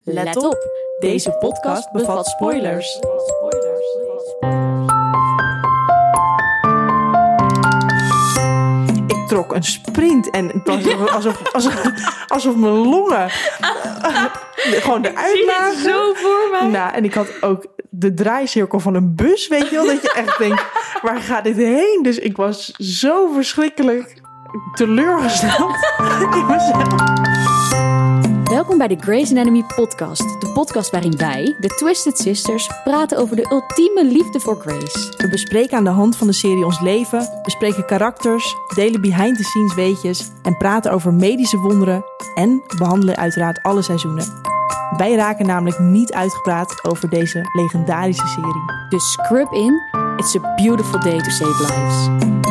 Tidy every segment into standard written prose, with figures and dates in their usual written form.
Let op, deze podcast bevat spoilers. Ik trok een sprint en het was alsof mijn longen gewoon eruit lagen. Zo voor mij. Nou, en ik had ook de draaicirkel van een bus, weet je wel, dat je echt denkt, waar gaat dit heen? Dus ik was zo verschrikkelijk teleurgesteld in mezelf. Welkom bij de Grey's Anatomy podcast. De podcast waarin wij, de Twisted Sisters, praten over de ultieme liefde voor Grace. We bespreken aan de hand van de serie ons leven, bespreken karakters, delen behind-the-scenes weetjes en praten over medische wonderen en behandelen uiteraard alle seizoenen. Wij raken namelijk niet uitgepraat over deze legendarische serie. Dus scrub in, it's a beautiful day to save lives.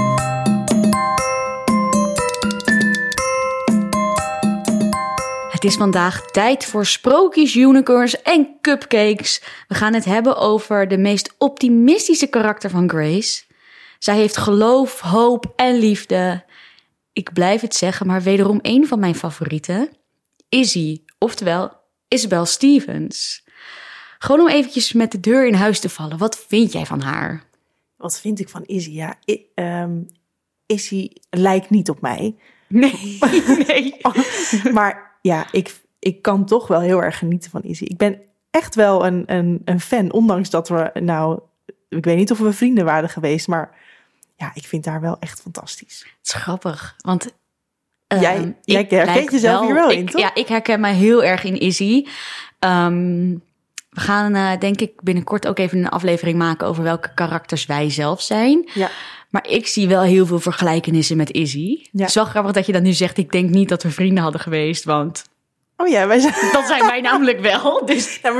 Het is vandaag tijd voor sprookjes, unicorns en cupcakes. We gaan het hebben over de meest optimistische karakter van Grace. Zij heeft geloof, hoop en liefde. Ik blijf het zeggen, maar wederom een van mijn favorieten. Izzy, oftewel Isabel Stevens. Gewoon om eventjes met de deur in huis te vallen. Wat vind jij van haar? Wat vind ik van Izzy? Ja, Izzy lijkt niet op mij. Nee. Maar ja, ik kan toch wel heel erg genieten van Izzy. Ik ben echt wel een fan, ondanks dat we, ik weet niet of we vrienden waren geweest, maar ja, ik vind haar wel echt fantastisch. Het is grappig, want jij herkent jezelf hier wel in, toch? Ja, ik herken mij heel erg in Izzy. We gaan denk ik binnenkort ook even een aflevering maken over welke karakters wij zelf zijn. Ja. Maar ik zie wel heel veel vergelijkenissen met Izzy. Ja. Het is wel grappig dat je dat nu zegt. Ik denk niet dat we vrienden hadden geweest, want oh ja, wij zijn dat zijn wij namelijk wel. Dus ja,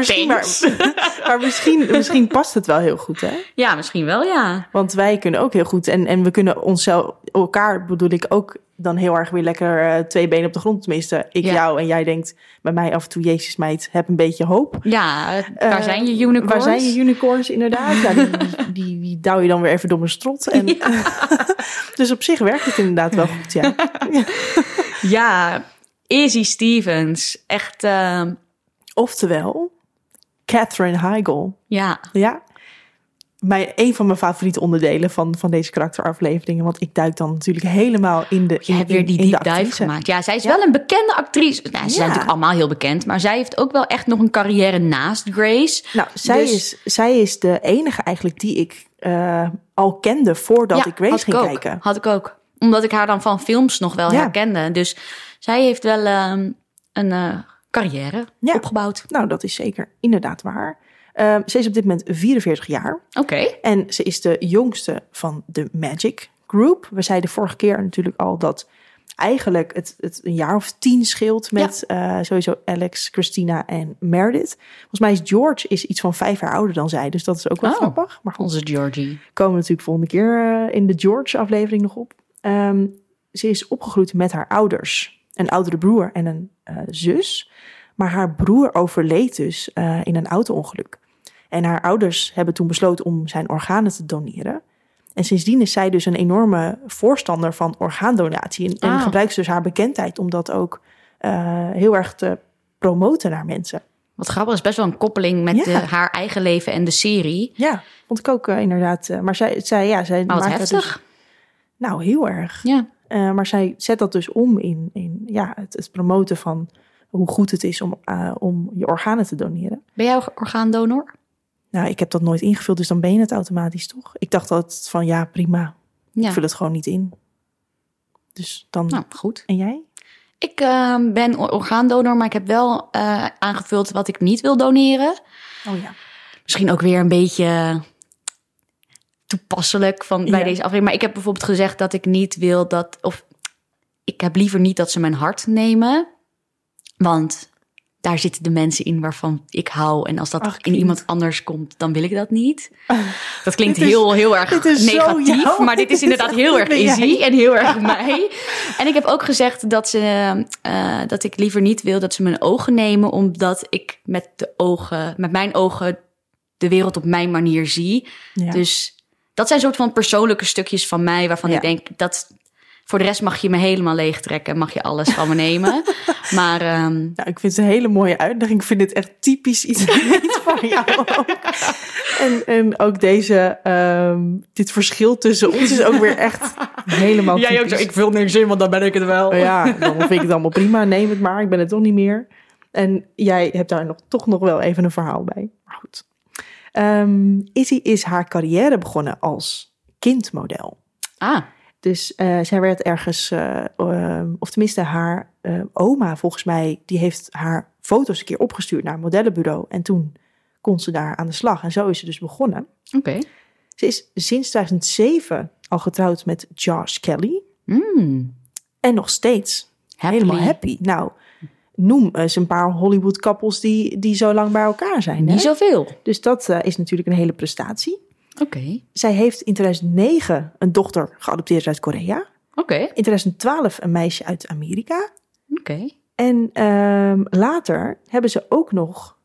misschien past het wel heel goed, hè? Ja, misschien wel, ja. Want wij kunnen ook heel goed en we kunnen elkaar bedoel ik ook dan heel erg weer lekker twee benen op de grond. Tenminste, ik jou en jij denkt bij mij af en toe, Jezus meid, heb een beetje hoop. Ja, waar zijn je unicorns? Waar zijn je unicorns, inderdaad? Ja, die douw je dan weer even door mijn strot. En dus op zich werkt het inderdaad wel goed, ja. Ja, Izzy Stevens, echt. Oftewel, Katherine Heigl. Ja. Ja. Een van mijn favoriete onderdelen van deze karakterafleveringen. Want ik duik dan natuurlijk helemaal in de. Je hebt weer die deep dive gemaakt. Ja, zij is wel een bekende actrice. Nou, ze zijn natuurlijk allemaal heel bekend. Maar zij heeft ook wel echt nog een carrière naast Grace. Nou, zij is de enige eigenlijk die ik al kende voordat ik Grace ging kijken. Had ik ook. Omdat ik haar dan van films nog wel herkende. Dus zij heeft wel een carrière opgebouwd. Nou, dat is zeker inderdaad waar. Ze is op dit moment 44 jaar. Oké. En ze is de jongste van de Magic Group. We zeiden vorige keer natuurlijk al dat eigenlijk het een jaar of 10 scheelt met sowieso Alex, Christina en Meredith. Volgens mij is George iets van 5 jaar ouder dan zij. Dus dat is ook wel grappig. Maar onze Georgie. Komen we natuurlijk volgende keer in de George-aflevering nog op. Ze is opgegroeid met haar ouders. Een oudere broer en een zus. Maar haar broer overleed dus in een auto-ongeluk. En haar ouders hebben toen besloten om zijn organen te doneren. En sindsdien is zij dus een enorme voorstander van orgaandonatie. En gebruikt ze dus haar bekendheid om dat ook heel erg te promoten naar mensen. Wat grappig, is best wel een koppeling met haar eigen leven en de serie. Ja, vond ik ook inderdaad. Maar zij maar wat heftig. Dus, nou, heel erg. Ja. Maar zij zet dat dus om in het promoten van hoe goed het is om je organen te doneren. Ben jij orgaandonor? Nou, ik heb dat nooit ingevuld, dus dan ben je het automatisch, toch? Ik dacht altijd van, prima. Ja. Ik vul het gewoon niet in. Dus dan... Nou, goed. En jij? Ik ben orgaandonor, maar ik heb wel aangevuld wat ik niet wil doneren. Oh ja. Misschien ook weer een beetje toepasselijk bij deze aflevering. Maar ik heb bijvoorbeeld gezegd dat ik niet wil ik heb liever niet dat ze mijn hart nemen. Want daar zitten de mensen in waarvan ik hou. En als dat in iemand anders komt, dan wil ik dat niet. Dat klinkt heel erg negatief. Maar dit is inderdaad heel erg Izzy en heel erg mij. En ik heb ook gezegd dat ik liever niet wil dat ze mijn ogen nemen. Omdat ik met mijn ogen de wereld op mijn manier zie. Ja. Dus dat zijn soort van persoonlijke stukjes van mij waarvan ik denk dat Voor de rest mag je me helemaal leegtrekken en mag je alles van me nemen. Maar Nou, ik vind het een hele mooie uitdaging. Ik vind het echt typisch iets van jou ook. En ook dit verschil tussen ons is ook weer echt helemaal typisch. Jij ook zo, ik vul niks in, want dan ben ik het wel. Ja, dan vind ik het allemaal prima. Neem het maar, ik ben het toch niet meer. En jij hebt daar toch nog wel even een verhaal bij. Maar goed. Izzy is haar carrière begonnen als kindmodel. Ah, Dus zij werd ergens, of tenminste haar oma volgens mij, die heeft haar foto's een keer opgestuurd naar een modellenbureau. En toen kon ze daar aan de slag. En zo is ze dus begonnen. oké. Ze is sinds 2007 al getrouwd met Josh Kelly. En nog steeds helemaal happy. Nou, noem eens een paar Hollywood couples die zo lang bij elkaar zijn. Niet zoveel. Dus dat is natuurlijk een hele prestatie. Oké. Zij heeft in 2009 een dochter geadopteerd uit Korea. Oké. In 2012 een meisje uit Amerika. Oké. En later hebben ze ook nog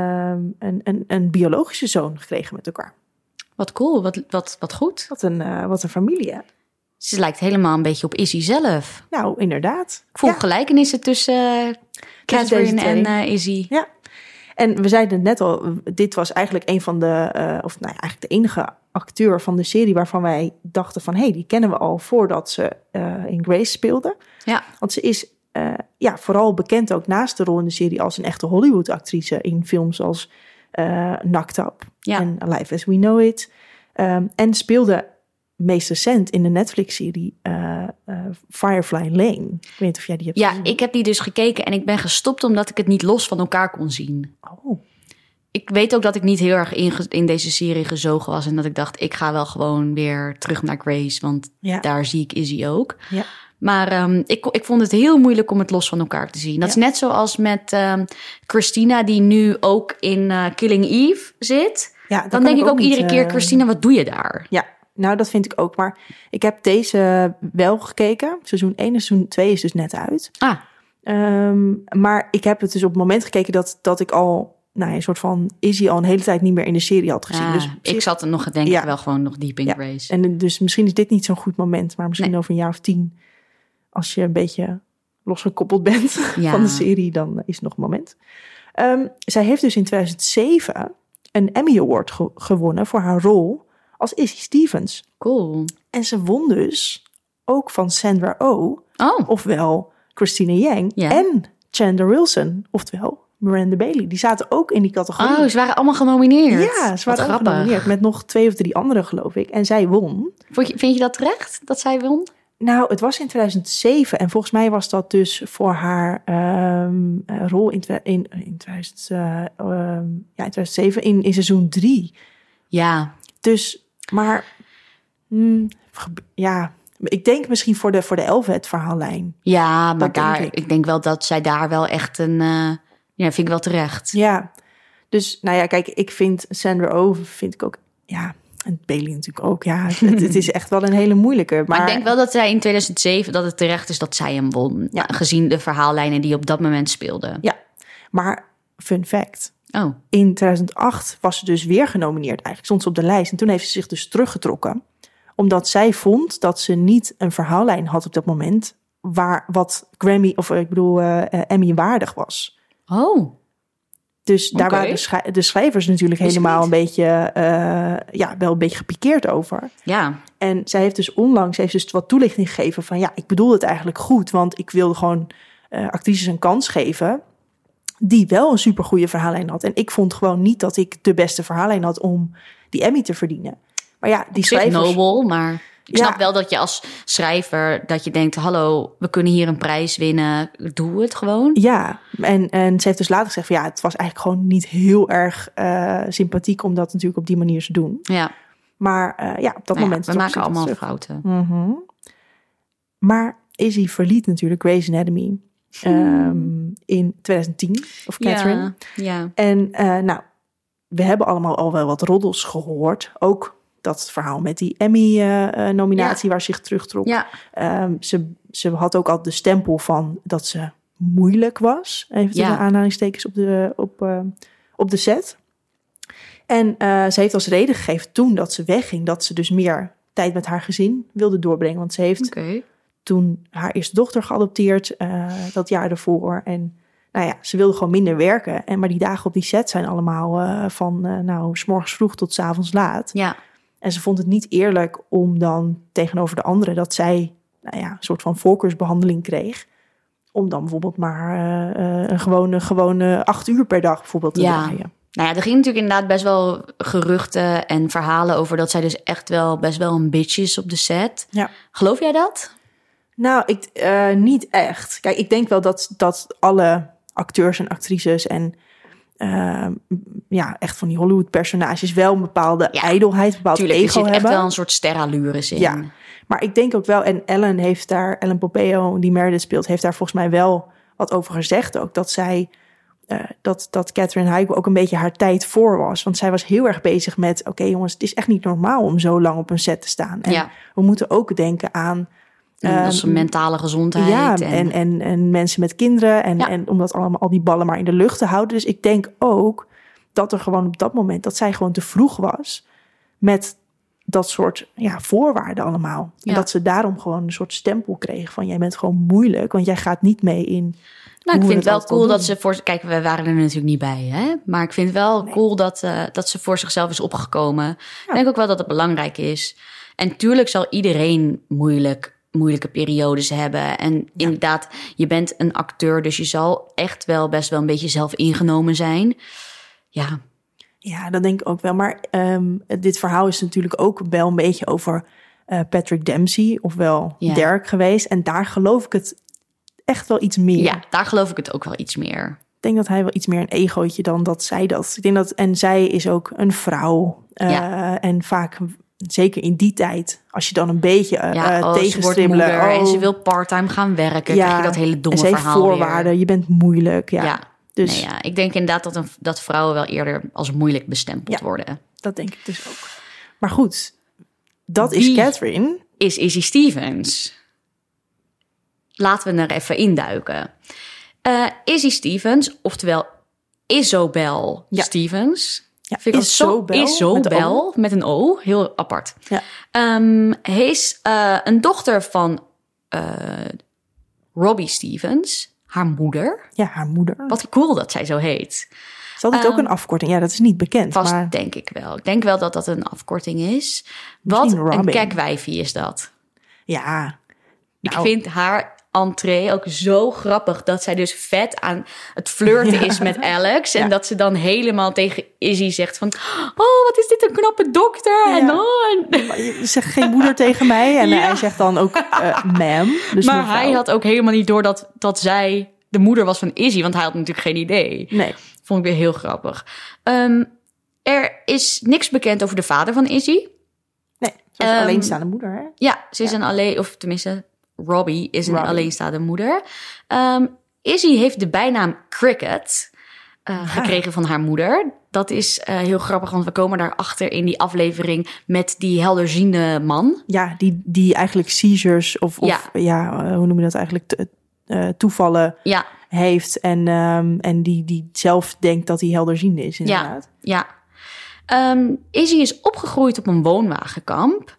een biologische zoon gekregen met elkaar. Wat cool, wat goed. Wat een familie, hè? Ze lijkt helemaal een beetje op Izzy zelf. Nou, inderdaad. Ik voel gelijkenissen tussen Catherine en Izzy. Ja. En we zeiden net al, dit was eigenlijk een van de, eigenlijk de enige acteur van de serie waarvan wij dachten van, die kennen we al voordat ze in Grace speelde. Ja. Want ze is vooral bekend ook naast de rol in de serie als een echte Hollywood-actrice in films als Knocked Up en Alive as We Know It. En speelde meest recent in de Netflix-serie Firefly Lane. Ik weet niet of jij die hebt gezien. Ja, ik heb die dus gekeken en ik ben gestopt omdat ik het niet los van elkaar kon zien. Oh. Ik weet ook dat ik niet heel erg in deze serie gezogen was en dat ik dacht, ik ga wel gewoon weer terug naar Grace, want daar zie ik Izzy ook. Ja. Maar ik vond het heel moeilijk om het los van elkaar te zien. Dat is net zoals met Christina, die nu ook in Killing Eve zit. Ja, dan denk ik ook iedere keer, Christina, wat doe je daar? Ja, nou dat vind ik ook. Maar ik heb deze wel gekeken. Seizoen 1 en seizoen 2 is dus net uit. Maar ik heb het dus op het moment gekeken dat ik al een soort van Izzy al een hele tijd niet meer in de serie had gezien. Dus ik zat er nog, denk ik, wel gewoon nog diep in Grace. En dus misschien is dit niet zo'n goed moment, maar misschien over een jaar of 10, als je een beetje losgekoppeld bent van de serie, dan is het nog een moment. Zij heeft dus in 2007 een Emmy Award gewonnen voor haar rol als Izzy Stevens. Cool. En ze won dus ook van Sandra Oh. Ofwel Christina Yang. En Chandler Wilson, oftewel Miranda Bailey. Die zaten ook in die categorie. Oh, ze waren allemaal genomineerd. Ja, ze waren allemaal genomineerd. Met nog 2 of 3 anderen, geloof ik. En zij won. Vind je dat terecht, dat zij won? Nou, het was in 2007. En volgens mij was dat dus voor haar rol in 2007 in seizoen 3. Ja. Dus, maar ik denk misschien voor de Elvet verhaallijn. Ja, maar ik denk wel dat zij daar wel echt vind ik wel terecht. Ja, dus kijk, ik vind Sandra Oh, vind ik ook, en Bailey natuurlijk ook. Ja, het is echt wel een hele moeilijke. Maar ik denk wel dat zij in 2007, dat het terecht is dat zij hem won. Ja. Gezien de verhaallijnen die op dat moment speelden. Ja, maar fun fact. Oh. In 2008 was ze dus weer genomineerd eigenlijk. Stond ze op de lijst. En toen heeft ze zich dus teruggetrokken. Omdat zij vond dat ze niet een verhaallijn had op dat moment wat Emmy waardig was. Oh. Dus daar waren de schrijvers natuurlijk helemaal een beetje, wel een beetje gepikeerd over. Ja. En zij heeft dus onlangs wat toelichting gegeven van, ik bedoel het eigenlijk goed, want ik wilde gewoon actrices een kans geven die wel een supergoeie verhaallijn had. En ik vond gewoon niet dat ik de beste verhaallijn had om die Emmy te verdienen. Maar die schrijvers... nobel, maar ik snap wel dat je als schrijver, dat je denkt, hallo, we kunnen hier een prijs winnen, doe het gewoon. Ja, en ze heeft dus later gezegd van, het was eigenlijk gewoon niet heel erg sympathiek om dat natuurlijk op die manier te doen. Ja. Maar op dat moment... We maken allemaal fouten. Mm-hmm. Maar Izzy verliet natuurlijk Grey's Anatomy in 2010, of Catherine. Ja. En we hebben allemaal al wel wat roddels gehoord, ook dat verhaal met die Emmy-nominatie waar ze zich terugtrok. Ja. Ze had ook al de stempel van dat ze moeilijk was. Even de aanhalingstekens op de set. En ze heeft als reden gegeven toen dat ze wegging, dat ze dus meer tijd met haar gezin wilde doorbrengen. Want ze heeft toen haar eerste dochter geadopteerd, dat jaar ervoor. En nou ja, ze wilde gewoon minder werken. Maar die dagen op die set zijn allemaal van 's morgens vroeg tot 's avonds laat. Ja. En ze vond het niet eerlijk om dan tegenover de anderen dat zij een soort van voorkeursbehandeling kreeg. Om dan bijvoorbeeld maar een gewone 8 uur per dag bijvoorbeeld te draaien. Nou ja, er ging natuurlijk inderdaad best wel geruchten en verhalen over dat zij dus echt wel best wel een bitch is op de set. Ja. Geloof jij dat? Nou, niet echt. Kijk, ik denk wel dat alle acteurs en actrices en echt van die Hollywood-personages wel een bepaalde ijdelheid, een bepaald ego hebben. Tuurlijk, er zit echt wel een soort sterallures in. Ja, maar ik denk ook wel, en Ellen Pompeo, die Meredith speelt, heeft daar volgens mij wel wat over gezegd ook, dat zij, dat Catherine Heigl ook een beetje haar tijd voor was. Want zij was heel erg bezig met, oké, jongens, het is echt niet normaal om zo lang op een set te staan. En we moeten ook denken aan onze mentale gezondheid. Ja, en mensen met kinderen. En om dat allemaal, al die ballen maar in de lucht te houden. Dus ik denk ook dat er gewoon op dat moment, dat zij gewoon te vroeg was met dat soort voorwaarden allemaal. Ja. En dat ze daarom gewoon een soort stempel kreeg van, jij bent gewoon moeilijk, want jij gaat niet mee in. Nou, ik vind het wel cool dat ze voor... Kijk, we waren er natuurlijk niet bij, hè? Maar ik vind het wel cool dat ze voor zichzelf is opgekomen. Ja. Ik denk ook wel dat het belangrijk is. En tuurlijk zal iedereen moeilijke periodes hebben. En inderdaad, je bent een acteur, dus je zal echt wel best wel een beetje zelf ingenomen zijn. Ja. Ja, dat denk ik ook wel. Maar dit verhaal is natuurlijk ook wel een beetje over Patrick Dempsey, ofwel Derek geweest. En daar geloof ik het echt wel iets meer. Ja, daar geloof ik het ook wel iets meer. Ik denk dat hij wel iets meer een egootje dan dat zij dat. Ik denk dat, en zij is ook een vrouw. En vaak, zeker in die tijd, als je dan een beetje tegenstribbelen. En ze wil parttime gaan werken. Krijg je dat hele domme verhaal weer. En ze heeft voorwaarden, je bent moeilijk. Ja. Dus ik denk inderdaad dat vrouwen wel eerder als moeilijk bestempeld worden. Dat denk ik dus ook. Maar goed, dat is Catherine. Is Izzy Stevens. Laten we er even induiken. Izzy Stevens, oftewel Isobel Stevens. Ja, Isobel met een O, heel apart. Ja. Hij is een dochter van Robbie Stevens, haar moeder. Ja, haar moeder. Wat cool dat zij zo heet. Is dat ook een afkorting? Ja, dat is niet bekend. Vast maar denk ik wel. Ik denk wel dat dat een afkorting is. Wat een kekwijfie is dat. Ja. Ik vind haar entree ook zo grappig dat zij dus vet aan het flirten is met Alex. En dat ze dan helemaal tegen Izzy zegt van, oh, wat is dit een knappe dokter. Ja. Maar je zegt geen moeder tegen mij. En hij zegt dan ook ma'am. Dus maar hij had ook helemaal niet door dat zij de moeder was van Izzy. Want hij had natuurlijk geen idee. Nee. Vond ik weer heel grappig. Er is niks bekend over de vader van Izzy. Nee, ze is een alleenstaande moeder, hè? Ja, ze is een alleen, of tenminste, Robbie is een alleenstaande moeder. Izzy heeft de bijnaam Cricket gekregen van haar moeder. Dat is heel grappig, want we komen daarachter in die aflevering met die helderziende man. Ja, die eigenlijk seizures hoe noem je dat eigenlijk, toevallen heeft. En die zelf denkt dat hij helderziende is, inderdaad. Ja. Izzy is opgegroeid op een woonwagenkamp.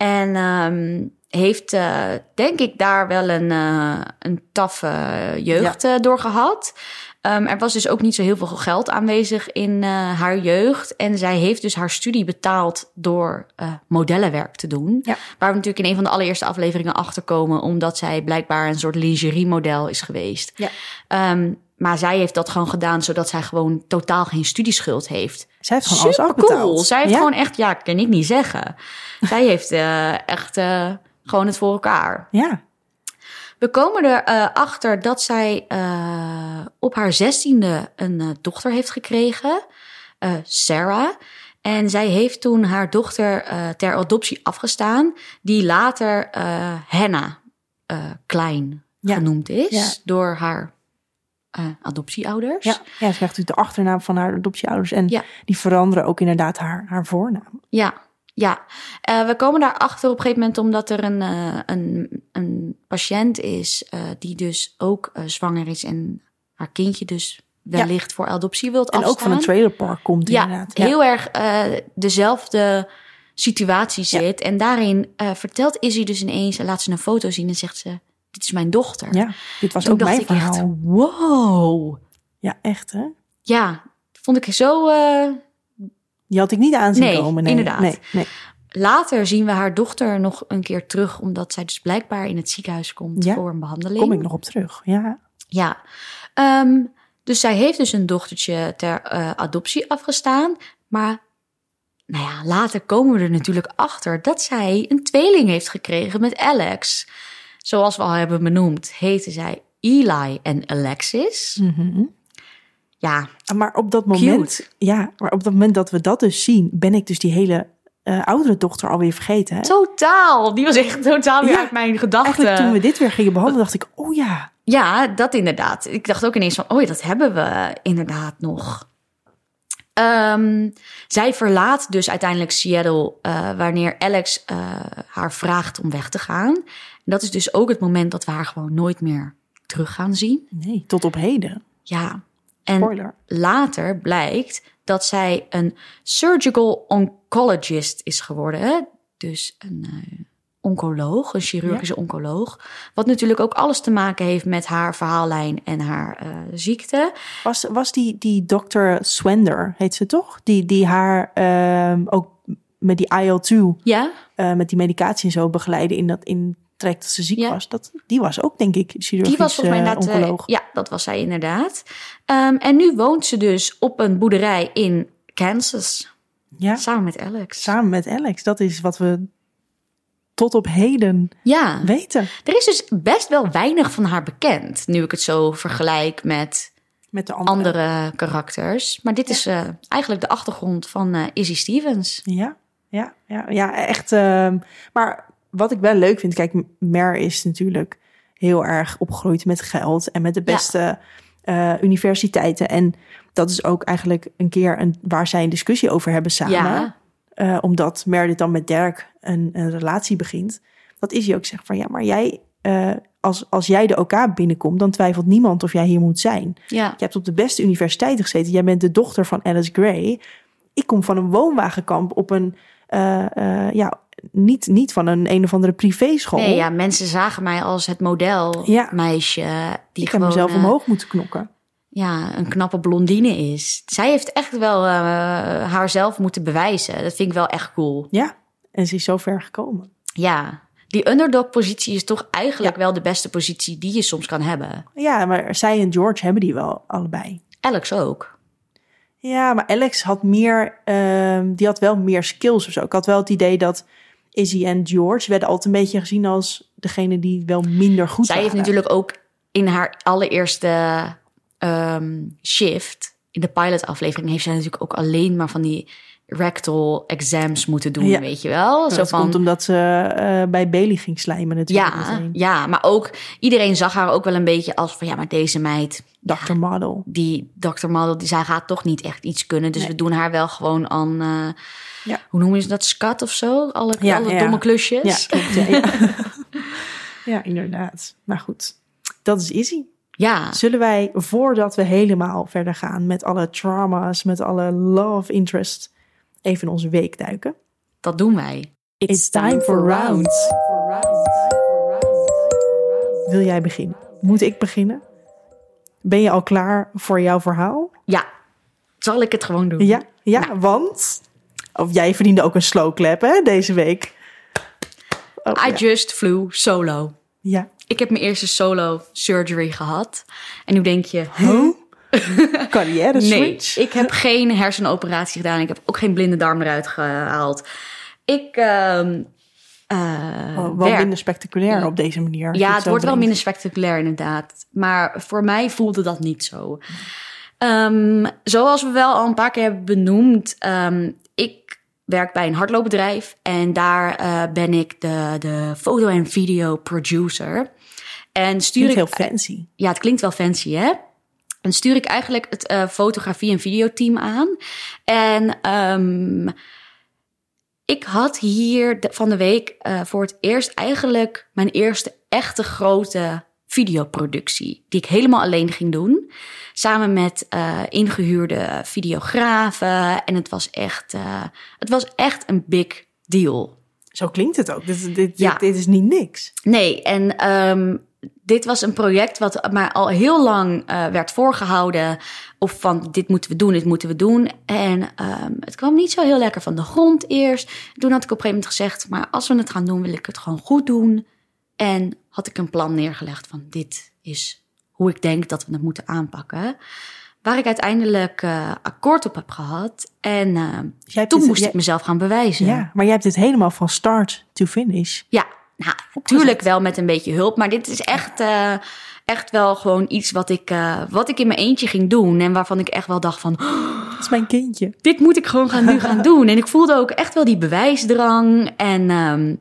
En heeft, denk ik, daar wel een taffe jeugd door gehad. Er was dus ook niet zo heel veel geld aanwezig in haar jeugd. En zij heeft dus haar studie betaald door modellenwerk te doen. Ja. Waar we natuurlijk in een van de allereerste afleveringen achterkomen, omdat zij blijkbaar een soort lingerie-model is geweest. Ja. Maar zij heeft dat gewoon gedaan, zodat zij gewoon totaal geen studieschuld heeft. Zij heeft gewoon alles afbetaald. Cool. Zij heeft gewoon echt, kan ik niet zeggen. Zij heeft echt gewoon het voor elkaar. Ja. We komen erachter dat zij op haar 16e een dochter heeft gekregen, Sarah. En zij heeft toen haar dochter ter adoptie afgestaan, die later Hannah Klein genoemd is door haar adoptieouders. Ja, ze krijgt natuurlijk de achternaam van haar adoptieouders. En die veranderen ook inderdaad haar voornaam. Ja. We komen daarachter op een gegeven moment omdat er een patiënt is die dus ook zwanger is en haar kindje dus wellicht voor adoptie wilt afstaan. En ook van een trailerpark komt inderdaad. Heel erg dezelfde situatie zit. En daarin vertelt Izzy dus ineens... en laat ze een foto zien en zegt ze... dit is mijn dochter. Ja, dit was ook mijn verhaal. Echt, wow. Ja, echt hè? Ja, vond ik zo... Die had ik niet aan zien komen. Nee, inderdaad. Nee. Later zien we haar dochter nog een keer terug... omdat zij dus blijkbaar in het ziekenhuis komt voor een behandeling. Kom ik nog op terug, ja. Ja, dus zij heeft dus een dochtertje ter adoptie afgestaan. Maar nou ja, later komen we er natuurlijk achter... dat zij een tweeling heeft gekregen met Alex. Zoals we al hebben benoemd, heten zij Eli en Alexis. Mm-hmm. Ja, maar op dat moment, maar op dat moment dat we dat dus zien... ben ik dus die hele oudere dochter alweer vergeten. Hè? Totaal, die was echt totaal weer uit mijn gedachten. Eigenlijk toen we dit weer gingen behandelen, dacht ik, oh ja... Ja, dat inderdaad. Ik dacht ook ineens van, oh ja, dat hebben we inderdaad nog. Zij verlaat dus uiteindelijk Seattle wanneer Alex haar vraagt om weg te gaan. En dat is dus ook het moment dat we haar gewoon nooit meer terug gaan zien. Nee, tot op heden. Ja, en Spoiler. Later blijkt dat zij een surgical oncologist is geworden. Hè? Dus een... oncoloog, een chirurgische oncoloog. Wat natuurlijk ook alles te maken heeft met haar verhaallijn en haar ziekte. Was die dokter Swender, heet ze toch? Die haar ook met die IL-2, met die medicatie en zo begeleiden in traject dat ze ziek was. Die was ook, denk ik, chirurgisch oncoloog. Ja, dat was zij inderdaad. En nu woont ze dus op een boerderij in Kansas. Ja. Samen met Alex. Dat is wat we tot op heden weten. Er is dus best wel weinig van haar bekend, nu ik het zo vergelijk met de andere karakters. Maar dit is eigenlijk de achtergrond van Izzy Stevens. Ja, echt. Maar wat ik wel leuk vind, kijk, Mer is natuurlijk heel erg opgegroeid met geld en met de beste universiteiten. En dat is ook eigenlijk een keer waar zij een discussie over hebben samen. Ja. Omdat Meredith dan met Derek een relatie begint. Dat Izzy ook zegt van, ja, maar jij, als jij de OK binnenkomt, dan twijfelt niemand of jij hier moet zijn. Ja. Je hebt op de beste universiteiten gezeten. Jij bent de dochter van Alice Gray. Ik kom van een woonwagenkamp op een, niet van een of andere privéschool. Nee, ja, mensen zagen mij als het modelmeisje. Ik heb mezelf omhoog moeten knokken. Ja, een knappe blondine is. Zij heeft echt wel haarzelf moeten bewijzen. Dat vind ik wel echt cool. Ja, en ze is zo ver gekomen. Ja, die underdog-positie is toch eigenlijk wel de beste positie die je soms kan hebben. Ja, maar zij en George hebben die wel allebei. Alex ook. Ja, maar Alex had meer, die had wel meer skills of zo. Ik had wel het idee dat Izzy en George werden altijd een beetje gezien als degene die wel minder goed waren. Zij heeft natuurlijk ook in haar allereerste shift, in de pilot-aflevering, heeft zij natuurlijk ook alleen maar van die rectal exams moeten doen, weet je wel. Dat komt omdat ze bij Bailey ging slijmen natuurlijk. Ja, maar ook iedereen zag haar ook wel een beetje als van, ja, maar deze meid, Dr. Model. Die Dr. Model, zij gaat toch niet echt iets kunnen. Dus we doen haar wel gewoon aan, hoe noemen ze dat, scat of zo? Alle domme klusjes. Ja, klopt, ja, inderdaad. Maar goed, dat is Izzy. Ja. Zullen wij, voordat we helemaal verder gaan met alle trauma's, met alle love interest, even in onze week duiken? Dat doen wij. It's time for rounds. Wil jij beginnen? Moet ik beginnen? Ben je al klaar voor jouw verhaal? Ja. Zal ik het gewoon doen? Ja, nou. Want of jij verdiende ook een slow clap, hè, deze week. I just flew solo. Ja. Ik heb mijn eerste solo surgery gehad. En nu denk je, carrière switch? Nee, ik heb geen hersenoperatie gedaan. Ik heb ook geen blinde darm eruit gehaald. Ik wel minder spectaculair op deze manier. Ja, het wordt wel minder spectaculair inderdaad. Maar voor mij voelde dat niet zo. Zoals we wel al een paar keer hebben benoemd, ik werk bij een hardloopbedrijf en daar ben ik de foto- en video producer. En stuur heel fancy. Ja, het klinkt wel fancy, hè? En stuur ik eigenlijk het fotografie- en videoteam aan. En ik had hier van de week voor het eerst eigenlijk mijn eerste echte grote videoproductie. Die ik helemaal alleen ging doen. Samen met ingehuurde videografen. En het was echt een big deal. Zo klinkt het ook. Dit is niet niks. Nee, en dit was een project wat mij al heel lang werd voorgehouden. Of van, dit moeten we doen, dit moeten we doen. En het kwam niet zo heel lekker van de grond eerst. Toen had ik op een gegeven moment gezegd, maar als we het gaan doen, wil ik het gewoon goed doen. En had ik een plan neergelegd van, dit is hoe ik denk dat we het moeten aanpakken. Waar ik uiteindelijk akkoord op heb gehad. En toen moest ik mezelf gaan bewijzen. Ja, maar jij hebt dit helemaal van start to finish. Ja, nou, natuurlijk wel met een beetje hulp. Maar dit is echt wel gewoon iets wat ik in mijn eentje ging doen. En waarvan ik echt wel dacht van, dat is mijn kindje. Dit moet ik gewoon nu gaan doen. En ik voelde ook echt wel die bewijsdrang. En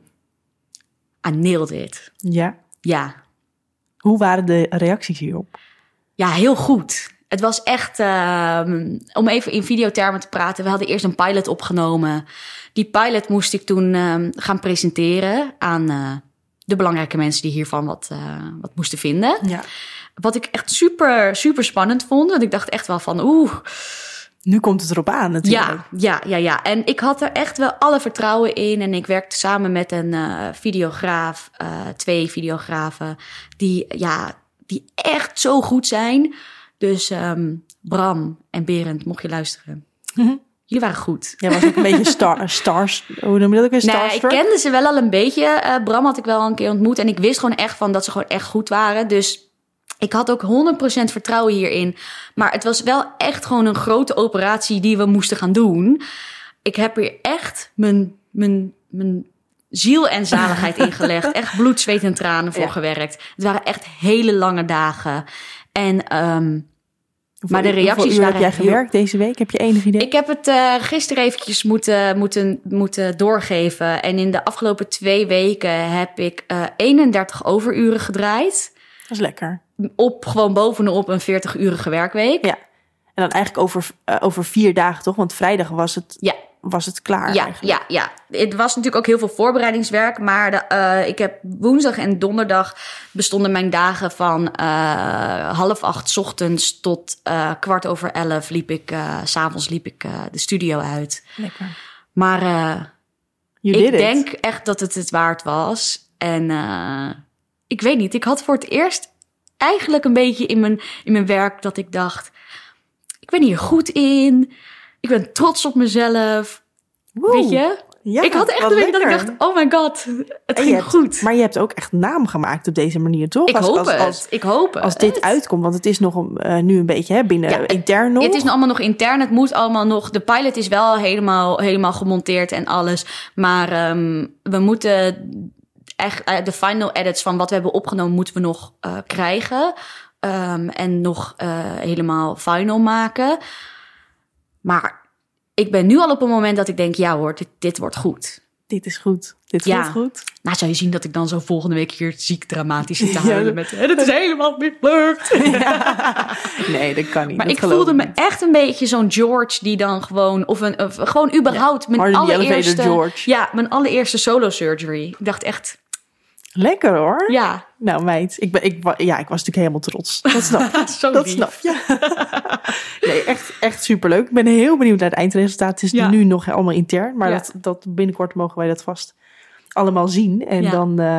I nailed it. Ja. Hoe waren de reacties hierop? Ja, heel goed. Het was echt, om even in videotermen te praten, we hadden eerst een pilot opgenomen. Die pilot moest ik toen gaan presenteren aan de belangrijke mensen die hiervan wat moesten vinden. Ja. Wat ik echt super, super spannend vond. Want ik dacht echt wel van, nu komt het erop aan natuurlijk. Ja. En ik had er echt wel alle vertrouwen in. En ik werkte samen met een videograaf, 2 videografen, die echt zo goed zijn. Dus Bram en Berend, mocht je luisteren. Mm-hmm. Jullie waren goed. Jij was ook een beetje stars. Hoe noem je dat ook weer? Starstruck? Nee, ik kende ze wel al een beetje. Bram had ik wel een keer ontmoet. En ik wist gewoon echt van dat ze gewoon echt goed waren. Dus ik had ook 100% vertrouwen hierin. Maar het was wel echt gewoon een grote operatie die we moesten gaan doen. Ik heb hier echt mijn ziel en zaligheid in gelegd. Echt bloed, zweet en tranen voor gewerkt. Het waren echt hele lange dagen. En maar de reacties waren... Heb jij gewerkt deze week? Heb je enig idee? Ik heb het gisteren eventjes moeten doorgeven. En in de afgelopen 2 weken heb ik 31 overuren gedraaid. Dat is lekker. Gewoon bovenop een 40-urige werkweek. Ja. En dan eigenlijk over 4 dagen, toch? Want vrijdag was het klaar eigenlijk. Ja. Het was natuurlijk ook heel veel voorbereidingswerk. Maar ik heb woensdag en donderdag bestonden mijn dagen van 7:30 ochtends tot 11:15 liep ik. 's avonds liep ik de studio uit. Lekker. Maar ik denk echt dat het waard was. En ik weet niet, ik had voor het eerst eigenlijk een beetje in mijn werk dat ik dacht, ik ben hier goed in. Ik ben trots op mezelf. Wow. Weet je? Ja, ik had echt een beetje dat ik dacht, oh my god, het ging goed. Maar je hebt ook echt naam gemaakt op deze manier, toch? Ik hoop het. Als dit uitkomt, want het is nog nu een beetje binnen intern nog. Het is allemaal nog intern, het moet allemaal nog. De pilot is wel helemaal gemonteerd en alles. Maar we moeten echt de final edits van wat we hebben opgenomen moeten we nog krijgen. En nog helemaal final maken. Maar ik ben nu al op een moment dat ik denk, ja hoor, dit wordt goed. Dit is goed. Dit voelt goed. Nou, zou je zien dat ik dan zo volgende week hier ziek dramatisch zit te huilen met... Het is helemaal mislukt. Ja. Nee, dat kan niet. Maar dat ik voelde me echt een beetje zo'n George die dan gewoon... Of gewoon überhaupt mijn allereerste... George. Ja, mijn allereerste solo surgery. Ik dacht echt... Lekker hoor. Ja. Nou meid, ik was natuurlijk helemaal trots. Dat snap je. Dat snap je. Nee, echt superleuk. Ik ben heel benieuwd naar het eindresultaat. Het is nu nog allemaal intern. Maar dat binnenkort mogen wij dat vast allemaal zien. En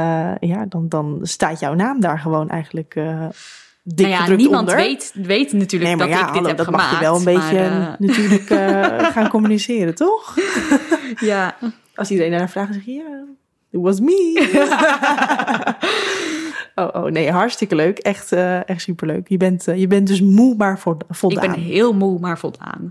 dan staat jouw naam daar gewoon eigenlijk dik gedrukt niemand onder. weet natuurlijk dat ik dit heb dat gemaakt. Dat mag je wel een beetje natuurlijk gaan communiceren, toch? Ja. Als iedereen naar vraagt, zeg je ja... It was me. Oh, nee, hartstikke leuk. Echt superleuk. Je bent dus moe, maar voldaan. Ik ben heel moe, maar voldaan.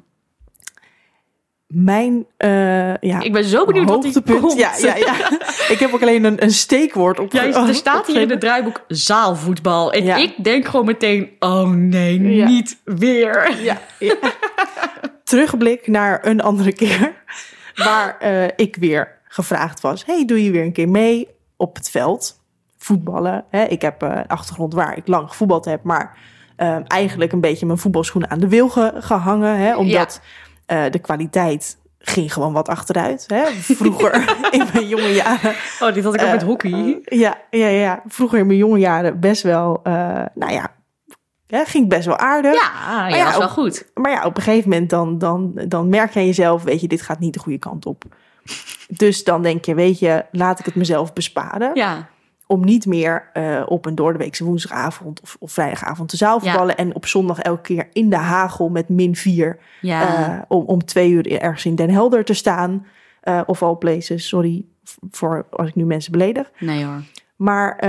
Mijn ik ben zo benieuwd wat die komt. Ja. Ik heb ook alleen een steekwoord op. Er staat hier in het draaiboek zaalvoetbal. En ik denk gewoon meteen, oh nee, niet weer. Ja. Terugblik naar een andere keer. Waar ik weer gevraagd was, hey, doe je weer een keer mee op het veld? Voetballen. Ik heb een achtergrond waar ik lang gevoetbald heb, maar eigenlijk een beetje mijn voetbalschoenen aan de wil gehangen. Omdat de kwaliteit ging gewoon wat achteruit. Vroeger in mijn jonge jaren. Oh, dit had ik ook met hockey. Ja. Vroeger in mijn jonge jaren best wel, ging best wel aardig. Ja, dat is wel goed. Maar ja, op een gegeven moment dan merk je aan jezelf, weet je, dit gaat niet de goede kant op. Dus dan denk je, weet je, laat ik het mezelf besparen. Ja. Om niet meer op een doordeweekse woensdagavond of vrijdagavond te zaalvoetballen. Ja. En op zondag elke keer in de hagel met -4. Ja. Om 2 uur ergens in Den Helder te staan. Of all places, sorry voor als ik nu mensen beledig. Nee hoor. Maar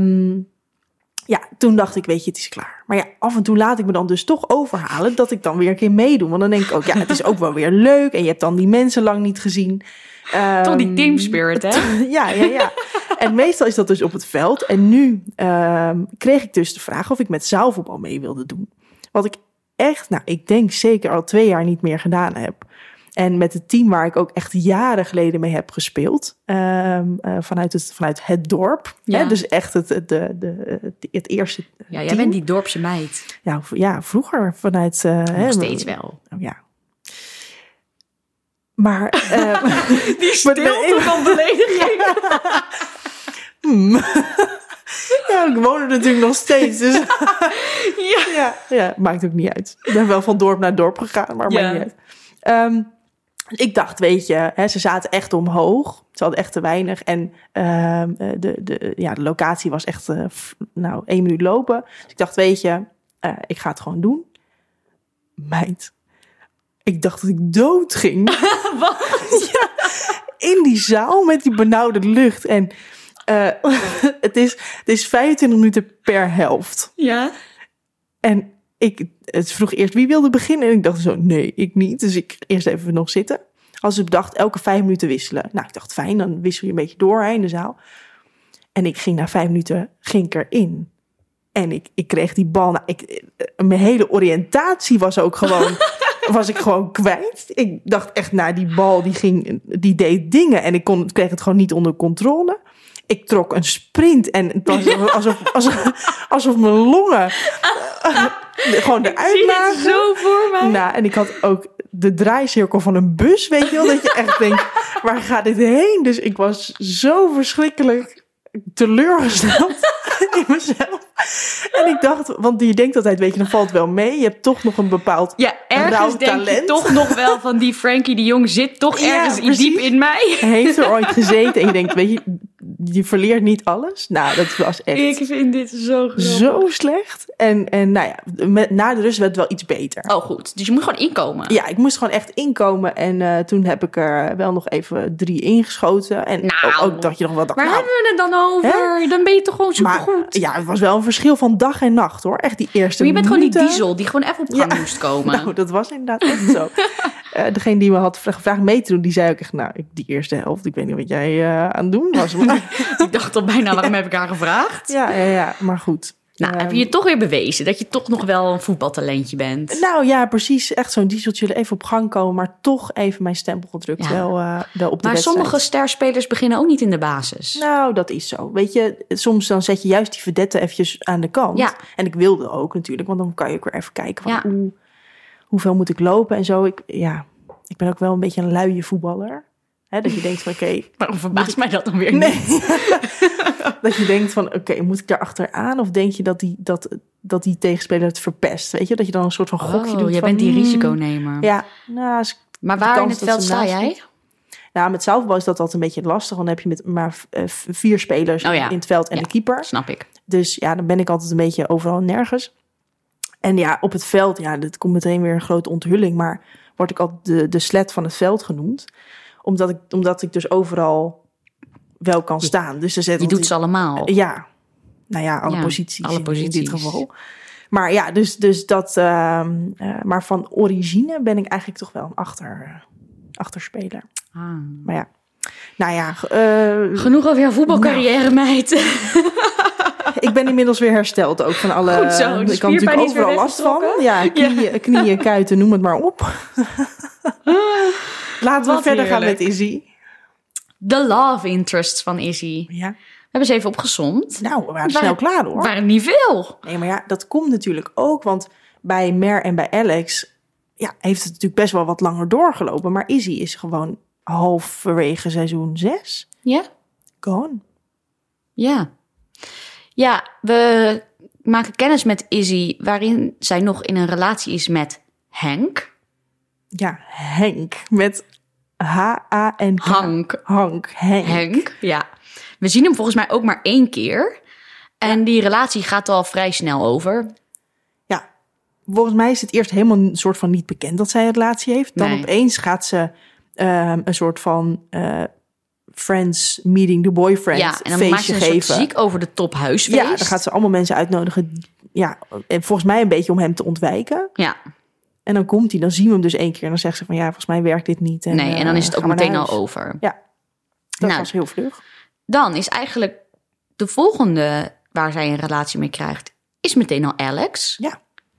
toen dacht ik, weet je, het is klaar. Maar ja, af en toe laat ik me dan dus toch overhalen dat ik dan weer een keer meedoe. Want dan denk ik ook, ja, het is ook wel weer leuk. En je hebt dan die mensen lang niet gezien. Toch die team spirit, hè? Ja. En meestal is dat dus op het veld. En nu kreeg ik dus de vraag of ik met zaalvoetbal mee wilde doen. Wat ik echt, ik denk zeker al 2 jaar niet meer gedaan heb. En met het team waar ik ook echt jaren geleden mee heb gespeeld. Vanuit het dorp. Ja. Hè? Dus echt het eerste Ja, jij team. bent die dorpse meid. Ja, vroeger vanuit... Nog steeds wel. Ja. Maar... die stilte van belediging. Ja, ik woon er natuurlijk nog steeds. Dus ja, maakt ook niet uit. Ik ben wel van dorp naar dorp gegaan, maar maakt niet uit. Ik dacht, weet je, ze zaten echt omhoog. Ze hadden echt te weinig. En de locatie was echt 1 minuut lopen. Dus ik dacht, weet je, ik ga het gewoon doen. Meid, ik dacht dat ik dood ging. Wat? Ja, in die zaal met die benauwde lucht. En het is 25 minuten per helft. Ja. En het vroeg eerst wie wilde beginnen. En ik dacht zo, nee, ik niet. Dus ik eerst even nog zitten. Als ik bedacht, elke 5 minuten wisselen. Nou, ik dacht, fijn, dan wissel je een beetje door in de zaal. En ik ging na 5 minuten, ging ik erin. En ik kreeg die bal. Mijn hele oriëntatie was ook gewoon... was ik gewoon kwijt. Ik dacht echt, die bal die deed dingen. En ik kreeg het gewoon niet onder controle. Ik trok een sprint en het was alsof mijn longen gewoon eruit lagen. Ik zie het zo voor mij. Nou, en ik had ook de draaicirkel van een bus, weet je wel. Dat je echt denkt, waar gaat dit heen? Dus ik was zo verschrikkelijk teleurgesteld in mezelf. En ik dacht, want je denkt altijd, weet je, dan valt het wel mee. Je hebt toch nog een bepaald ergens denk talent. Je toch nog wel van die Frenkie de Jong zit toch ergens diep in mij. Heeft er ooit gezeten en je denkt, weet je verleert niet alles. Nou, dat was echt... Ik vind dit zo grappig. Zo slecht. En na de rust werd het wel iets beter. Oh, goed. Dus je moet gewoon inkomen. Ja, ik moest gewoon echt inkomen. En toen heb ik er wel nog even 3 ingeschoten. En ook dat je nog wel dacht... Waar hebben we het dan over? Hè? Dan ben je toch gewoon supergoed. Ja, het was wel een verschil van dag en nacht, hoor. Echt die eerste Maar je bent minuten. gewoon die diesel die gewoon even op gang moest komen. Nou, dat was inderdaad echt zo. Degene die me had gevraagd mee te doen, die zei ook echt... die eerste helft, ik weet niet wat jij aan het doen was. Maar... ik dacht al bijna, waarom heb ik haar gevraagd? Ja, maar goed. Nou, heb je je toch weer bewezen dat je toch nog wel een voetbaltalentje bent? Nou ja, precies. Echt zo'n dieseltje even op gang komen, maar toch even mijn stempel gedrukt wel op de wedstrijd. Maar sommige sterspelers beginnen ook niet in de basis. Nou, dat is zo. Weet je, soms dan zet je juist die verdette eventjes aan de kant. Ja. En ik wilde ook natuurlijk, want dan kan je ook weer even kijken van hoeveel moet ik lopen en zo. Ik ben ook wel een beetje een luie voetballer. Hè, dat je denkt van oké. Waarom verbaast mij dat dan weer niet? Dat je denkt van oké, moet ik daar achteraan? Of denk je dat die tegenspeler het verpest? Weet je, dat je dan een soort van gokje doet. Jij bent die risiconemer. Ja. Nou, maar waar in het veld sta jij? Nou, met zaalvoetbal is dat altijd een beetje lastig. Want dan heb je met maar 4 spelers in het veld en de keeper. Snap ik. Dus ja, dan ben ik altijd een beetje overal en nergens. En ja, op het veld, dat komt meteen weer een grote onthulling. Maar word ik altijd de slet van het veld genoemd. Omdat ik dus overal wel kan staan. Dus je doet ze allemaal. Ja. Nou ja, alle posities. Alle posities. In dit geval. Maar ja, dus dat... maar van origine ben ik eigenlijk toch wel een achterspeler. Maar ja. Nou ja. Genoeg over jouw voetbalcarrière, meid. Ik ben inmiddels weer hersteld ook van alle... Goed zo, ik kan natuurlijk overal last van. Ja, knieën, kuiten, noem het maar op. Laten we verder gaan met Izzy. De love interests van Izzy. Ja. We hebben ze even opgezomd. Nou, we waren snel klaar, hoor. Waren niet veel. Nee, maar ja, dat komt natuurlijk ook. Want bij Mer en bij Alex... heeft het natuurlijk best wel wat langer doorgelopen. Maar Izzy is gewoon halverwege seizoen 6. Ja. Gone. Ja. Ja, we maken kennis met Izzy... waarin zij nog in een relatie is met Henk. Ja, Henk. Met H-A-N-K. Hank. Hank. Ja. We zien hem volgens mij ook maar 1 keer. En die relatie gaat al vrij snel over. Ja, volgens mij is het eerst helemaal een soort van niet bekend dat zij een relatie heeft. Dan opeens gaat ze een soort van friends meeting the boyfriend ja, en dan feestje maakt ze een geven. Soort ziek over de top huisfeest. Ja, dan gaat ze allemaal mensen uitnodigen. Ja, en volgens mij een beetje om hem te ontwijken. Ja. En dan komt hij, dan zien we hem dus 1 keer. En dan zegt ze van ja, volgens mij werkt dit niet. En, en dan is het ook meteen al over. Ja, dat was heel vlug. Dan is eigenlijk de volgende waar zij een relatie mee krijgt, is meteen al Alex. Ja.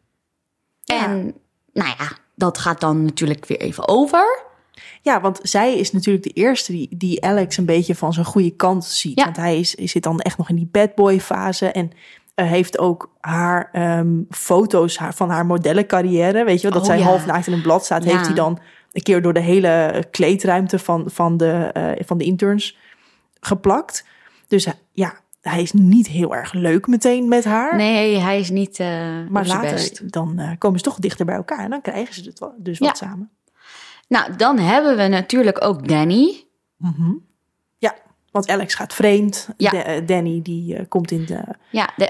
En nou ja, dat gaat dan natuurlijk weer even over. Ja, want zij is natuurlijk de eerste die Alex een beetje van zijn goede kant ziet. Ja. Want hij zit dan echt nog in die bad boy fase. En heeft ook haar foto's van haar modellencarrière. Weet je wel, dat zij half naakt in een blad staat. Heeft hij dan een keer door de hele kleedruimte van de interns geplakt. Dus ja, hij is niet heel erg leuk meteen met haar. Nee, hij is niet maar later best. Dan komen ze toch dichter bij elkaar. En dan krijgen ze het dus wat samen. Nou, dan hebben we natuurlijk ook Danny. Mm-hmm. Ja, want Alex gaat vreemd. Ja. Danny die komt in de... Ja, de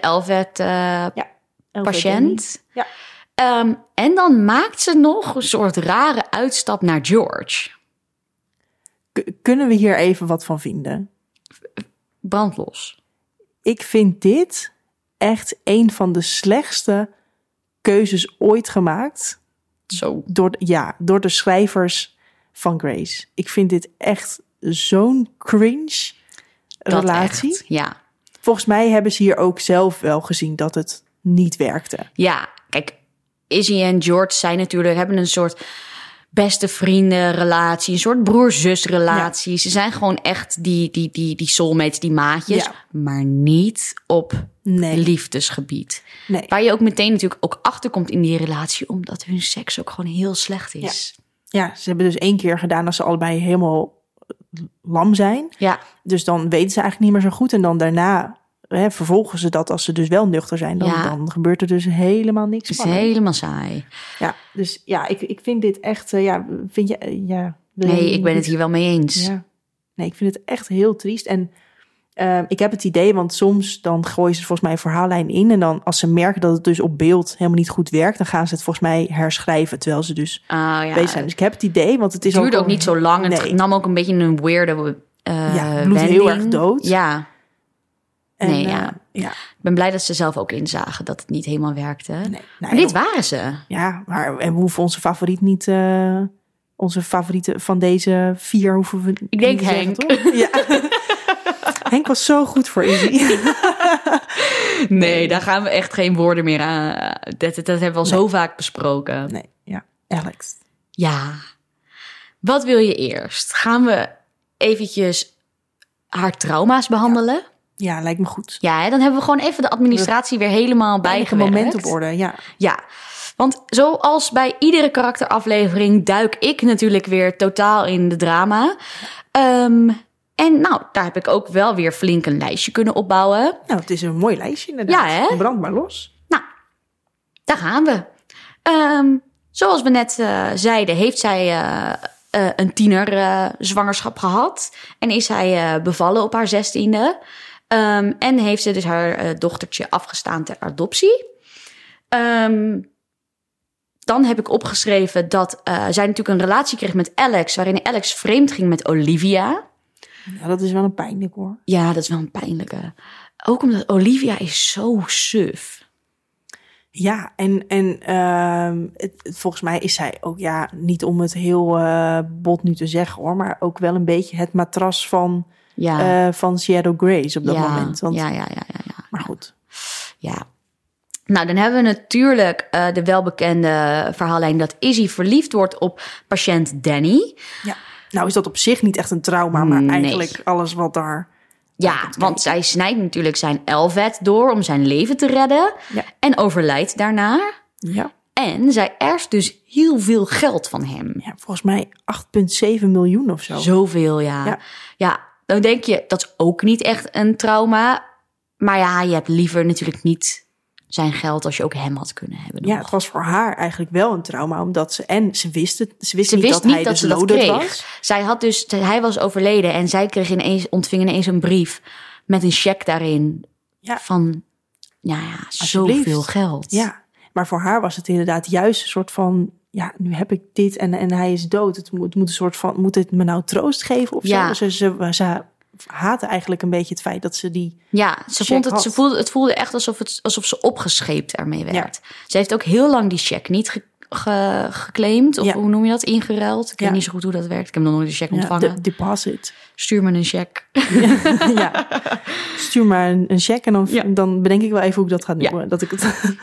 Elvet-patiënt. Ja. En dan maakt ze nog een soort rare uitstap naar George. Kunnen we hier even wat van vinden? Brandlos. Ik vind dit echt een van de slechtste keuzes ooit gemaakt. Zo. Door de schrijvers van Grace. Ik vind dit echt zo'n cringe relatie. Echt, ja. Volgens mij hebben ze hier ook zelf wel gezien dat het niet werkte. Ja, kijk, Izzy en George zijn natuurlijk, hebben een soort beste vriendenrelatie, een soort broer-zus-relatie. Ja. Ze zijn gewoon echt die soulmates, die maatjes, maar niet op liefdesgebied. Nee. Waar je ook meteen natuurlijk ook achterkomt in die relatie, omdat hun seks ook gewoon heel slecht is. Ja, ze hebben dus 1 keer gedaan dat ze allebei helemaal lam zijn. Ja. Dus dan weten ze eigenlijk niet meer zo goed. En dan daarna vervolgen ze dat als ze dus wel nuchter zijn. Dan gebeurt er dus helemaal niks. Het is helemaal saai. Ja, dus ja, ik vind dit echt... vind je... nee, ik ben het hier wel mee eens. Ja. Nee, ik vind het echt heel triest. En ik heb het idee, want soms dan gooien ze volgens mij een verhaallijn in. En dan als ze merken dat het dus op beeld helemaal niet goed werkt, dan gaan ze het volgens mij herschrijven, terwijl ze dus bezig zijn. Dus ik heb het idee, want het is duurde ook niet zo lang. Nee. Het nam ook een beetje een weirde bloed heel erg dood. Ja. En, ja. Ik ben blij dat ze zelf ook inzagen dat het niet helemaal werkte. Nee, maar dit waren ze. Ja, maar en we hoeven onze favoriet niet... onze favoriete van deze 4 hoeven we... Ik denk Henk. Ja. Henk was zo goed voor Izzy. Nee, daar gaan we echt geen woorden meer aan. Dat hebben we al zo vaak besproken. Nee, ja. Alex. Ja. Wat wil je eerst? Gaan we eventjes haar trauma's behandelen? Ja, lijkt me goed. Ja, dan hebben we gewoon even de administratie weer helemaal bijgewerkt. Moment op orde, ja. Ja, want zoals bij iedere karakteraflevering duik ik natuurlijk weer totaal in de drama. En nou, daar heb ik ook wel weer flink een lijstje kunnen opbouwen. Nou, het is een mooi lijstje inderdaad. Ja, hè? Brand maar los. Nou, daar gaan we. Zoals we net zeiden, heeft zij een tienerzwangerschap gehad. En is zij bevallen op haar 16e. En heeft ze dus haar dochtertje afgestaan ter adoptie. Dan heb ik opgeschreven dat zij natuurlijk een relatie kreeg met Alex, waarin Alex vreemd ging met Olivia. Ja, dat is wel een pijnlijk hoor. Ja, dat is wel een pijnlijke. Ook omdat Olivia is zo suf. Ja, en volgens mij is zij ook, niet om het heel bot nu te zeggen hoor, maar ook wel een beetje het matras van Shadow Grace op dat moment. Want, ja. Maar goed. Ja. Nou, dan hebben we natuurlijk de welbekende verhaallijn dat Izzy verliefd wordt op patiënt Danny. Ja. Nou is dat op zich niet echt een trauma, maar eigenlijk alles wat daar... Ja, want zij snijdt natuurlijk zijn Elvet door om zijn leven te redden. Ja. En overlijdt daarna. Ja. En zij erft dus heel veel geld van hem. Ja, volgens mij 8,7 miljoen of zo. Zoveel, ja. Ja, dan denk je, dat is ook niet echt een trauma. Maar ja, je hebt liever natuurlijk niet zijn geld als je ook hem had kunnen hebben. Ja, nog. het was voor haar eigenlijk wel een trauma, omdat ze wist niet dat niet hij dat dus ze dat loaded kreeg. was. Hij was overleden en zij ontving ineens een brief met een cheque daarin van zoveel geld. Ja, maar voor haar was het inderdaad juist een soort van, ja, nu heb ik dit en hij is dood. Het moet een soort van, moet het me nou troost geven of zo? Ze haatte eigenlijk een beetje het feit dat ze die. Ja, het voelde echt alsof ze opgescheept ermee werd. Ja. Ze heeft ook heel lang die cheque niet geclaimd. Of hoe noem je dat? Ingeruild. Ik weet niet zo goed hoe dat werkt. Ik heb nog nooit een cheque ontvangen. De deposit. Stuur me een cheque. Ja. Stuur maar een cheque en dan bedenk ik wel even hoe ik dat ga noemen. Ja. Dat ik het.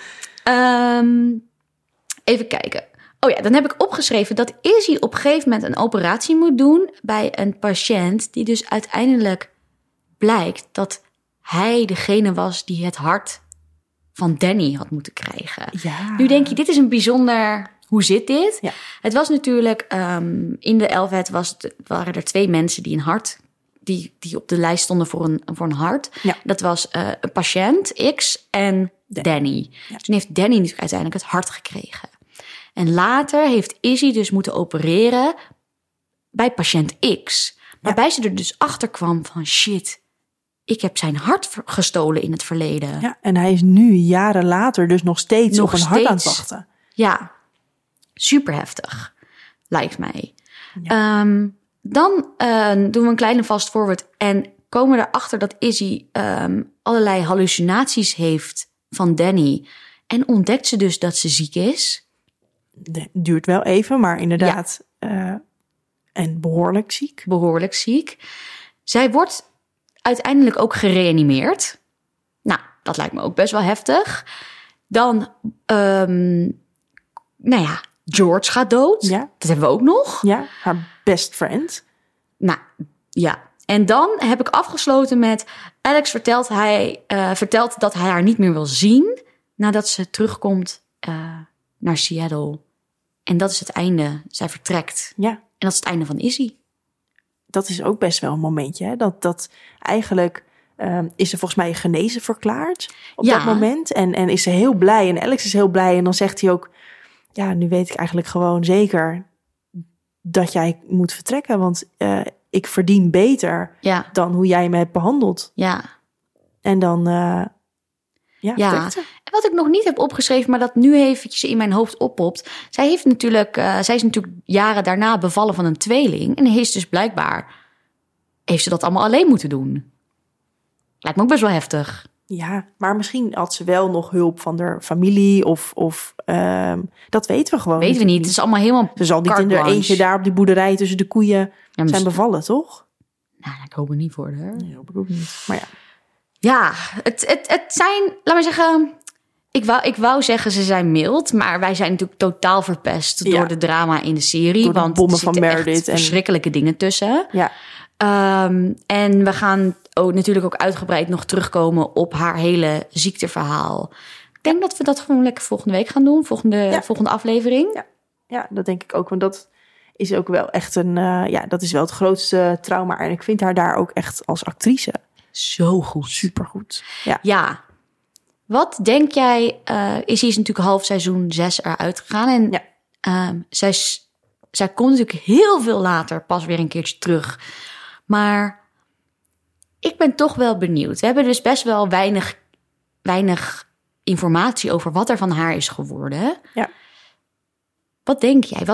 Even kijken. Oh ja, dan heb ik opgeschreven dat Izzy op een gegeven moment een operatie moet doen bij een patiënt die dus uiteindelijk blijkt dat hij degene was die het hart van Danny had moeten krijgen. Ja. Nu denk je, dit is een bijzonder. Hoe zit dit? Ja. Het was natuurlijk in de Elvet waren er 2 mensen die een hart die op de lijst stonden voor een hart. Ja. Dat was een patiënt X en Danny. Ja. Toen heeft Danny natuurlijk uiteindelijk het hart gekregen. En later heeft Izzy dus moeten opereren bij patiënt X. Waarbij ze er dus achter kwam van shit, ik heb zijn hart gestolen in het verleden. Ja, en hij is nu jaren later dus nog steeds op een hart aan het wachten. Ja, super heftig, lijkt mij. Ja. Dan doen we een kleine fast forward en komen we erachter dat Izzy allerlei hallucinaties heeft van Danny. En ontdekt ze dus dat ze ziek is. Duurt wel even, maar inderdaad. Ja. En behoorlijk ziek. Behoorlijk ziek. Zij wordt uiteindelijk ook gereanimeerd. Nou, dat lijkt me ook best wel heftig. Dan, George gaat dood. Ja. Dat hebben we ook nog. Ja, haar best friend. Nou, ja. En dan heb ik afgesloten met Alex vertelt dat hij haar niet meer wil zien nadat ze terugkomt naar Seattle. En dat is het einde. Zij vertrekt. Ja. En dat is het einde van Izzy. Dat is ook best wel een momentje. Hè? Dat eigenlijk is ze volgens mij genezen verklaard op dat moment. En is ze heel blij. En Alex is heel blij. En dan zegt hij ook, ja, nu weet ik eigenlijk gewoon zeker dat jij moet vertrekken. Want ik verdien beter dan hoe jij me hebt behandeld. Ja. En dan... En wat ik nog niet heb opgeschreven, maar dat nu eventjes in mijn hoofd oppopt. Zij is natuurlijk jaren daarna bevallen van een tweeling. En heeft dus blijkbaar, heeft ze dat allemaal alleen moeten doen. Lijkt me ook best wel heftig. Ja, maar misschien had ze wel nog hulp van haar familie of dat weten we gewoon niet. Weten we niet. Het is allemaal helemaal. Ze zal niet in haar eentje daar op die boerderij tussen de koeien zijn bevallen, toch? Nou, ik hoop er niet voor haar. Nee, hoop ik ook niet. Maar ja. Ja, het zijn, laat maar zeggen, ik wou zeggen ze zijn mild, maar wij zijn natuurlijk totaal verpest door de drama in de serie. Door de want bommen er zitten van Meredith echt verschrikkelijke dingen tussen. Ja. En we gaan natuurlijk ook uitgebreid nog terugkomen op haar hele ziekteverhaal. Ik denk dat we dat gewoon lekker volgende week gaan doen, volgende aflevering. Ja, dat denk ik ook, want dat is ook wel echt dat is wel het grootste trauma. En ik vind haar daar ook echt als actrice zo goed. Supergoed. Ja. Wat denk jij, Izzy is natuurlijk half seizoen 6 eruit gegaan. En zij komt natuurlijk heel veel later pas weer een keertje terug. Maar ik ben toch wel benieuwd. We hebben dus best wel weinig informatie over wat er van haar is geworden. Ja. Wat denk jij?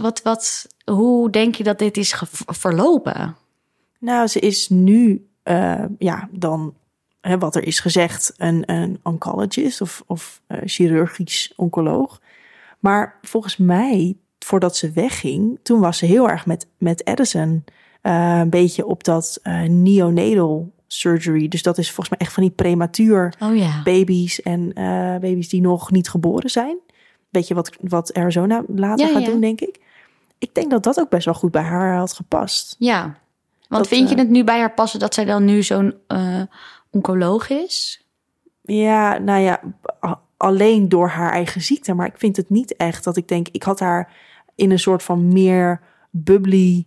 Hoe denk je dat dit is verlopen? Nou, ze is nu dan wat er is gezegd, een oncologist of chirurgisch oncoloog. Maar volgens mij, voordat ze wegging, toen was ze heel erg met Addison een beetje op dat neonatal surgery. Dus dat is volgens mij echt van die prematuur baby's en baby's die nog niet geboren zijn. Weet je wat Arizona later gaat doen, denk ik. Ik denk dat dat ook best wel goed bij haar had gepast. Ja. Want vind je het nu bij haar passen dat zij dan nu zo'n oncoloog is? Ja, nou ja, alleen door haar eigen ziekte. Maar ik vind het niet echt dat ik denk, ik had haar in een soort van meer bubbly,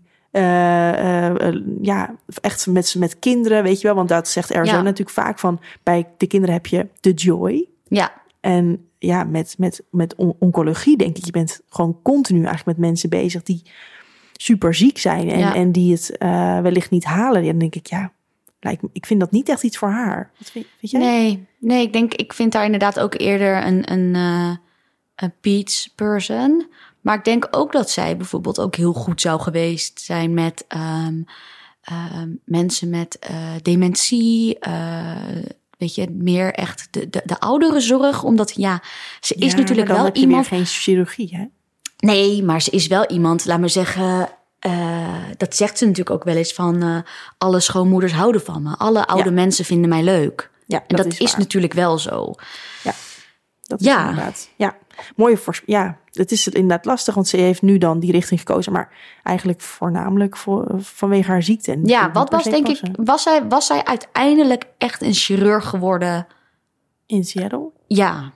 echt met kinderen, weet je wel. Want dat zegt Arizona natuurlijk vaak van, bij de kinderen heb je de joy. Ja. En ja, met oncologie denk ik, je bent gewoon continu eigenlijk met mensen bezig die super ziek zijn en die het wellicht niet halen. Dan denk ik, ik vind dat niet echt iets voor haar. Wat vind jij? Nee, ik vind daar inderdaad ook eerder een Pete's person. Maar ik denk ook dat zij bijvoorbeeld ook heel goed zou geweest zijn met mensen met dementie. Weet je, meer echt de oudere zorg. Omdat ze is natuurlijk wel heb je iemand. Geen chirurgie, hè? Nee, maar ze is wel iemand, laat maar zeggen. Dat zegt ze natuurlijk ook wel eens van alle schoonmoeders houden van me. Alle oude mensen vinden mij leuk. Ja, en dat is natuurlijk wel zo. Ja, dat is inderdaad. Ja, mooie het is inderdaad lastig, want ze heeft nu dan die richting gekozen, maar eigenlijk voornamelijk vanwege haar ziekte. En wat was, denk ik, was zij uiteindelijk echt een chirurg geworden? In Seattle? Ja.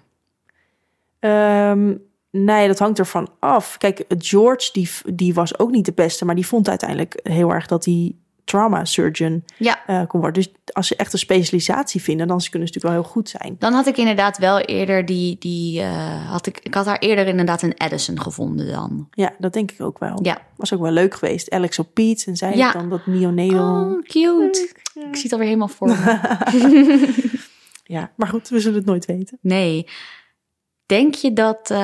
Nee, dat hangt ervan af. Kijk, George, die was ook niet de beste, maar die vond uiteindelijk heel erg dat hij trauma surgeon kon worden. Dus als ze echt een specialisatie vinden, dan kunnen ze natuurlijk wel heel goed zijn. Dan had ik inderdaad wel eerder ik had haar eerder inderdaad een Addison gevonden dan. Ja, dat denk ik ook wel. Ja. Was ook wel leuk geweest. Alex op Pete en zij heeft dan dat neonatal. Oh, cute. Ja. Ik zie het alweer helemaal voor me. Ja, maar goed, we zullen het nooit weten. Nee. Denk je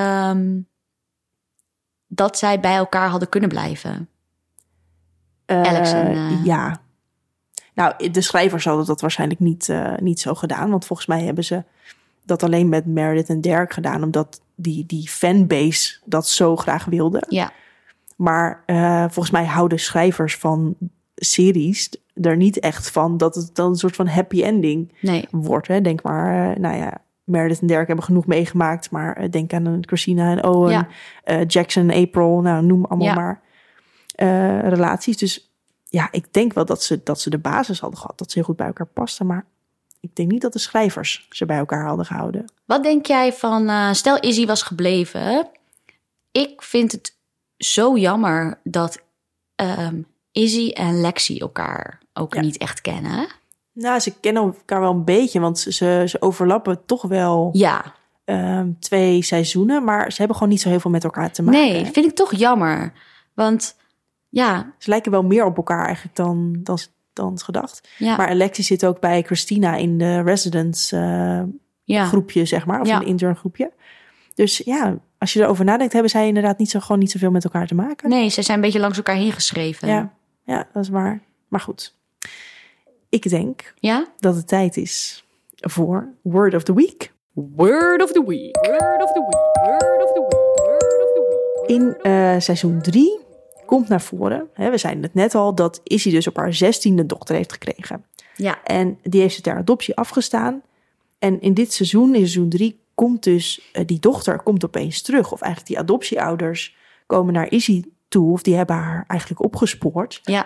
dat zij bij elkaar hadden kunnen blijven? Alex en, Ja. Nou, de schrijvers hadden dat waarschijnlijk niet zo gedaan. Want volgens mij hebben ze dat alleen met Meredith en Derek gedaan. Omdat die fanbase dat zo graag wilde. Ja. Maar volgens mij houden schrijvers van series er niet echt van dat het dan een soort van happy ending wordt. Hè? Denk maar, Meredith en Derek hebben genoeg meegemaakt. Maar denk aan Christina en Owen, Jackson en April. Nou, noem allemaal maar relaties. Dus ja, ik denk wel dat ze de basis hadden gehad. Dat ze heel goed bij elkaar pasten. Maar ik denk niet dat de schrijvers ze bij elkaar hadden gehouden. Wat denk jij van, stel Izzy was gebleven. Ik vind het zo jammer dat Izzy en Lexi elkaar ook niet echt kennen. Nou, ze kennen elkaar wel een beetje, want ze overlappen toch wel 2 seizoenen. Maar ze hebben gewoon niet zo heel veel met elkaar te maken. Nee, vind ik toch jammer. Want ze lijken wel meer op elkaar eigenlijk dan gedacht. Ja. Maar Lexi zit ook bij Christina in de residence groepje, zeg maar. Of in een intern groepje. Dus als je erover nadenkt, hebben zij inderdaad niet zoveel met elkaar te maken. Nee, ze zijn een beetje langs elkaar heen geschreven. Ja, dat is waar. Maar goed. Ik denk dat het tijd is voor Word of the Week. Word of the Week. Word of the Week. Word of the Week. Word of the Week. In seizoen 3 komt naar voren, we zeiden het net al, dat Izzy dus op haar 16e dochter heeft gekregen. Ja. En die heeft ze ter adoptie afgestaan. En in dit seizoen, in seizoen 3, komt dus die dochter opeens terug. Of eigenlijk die adoptieouders komen naar Izzy toe, of die hebben haar eigenlijk opgespoord. Ja.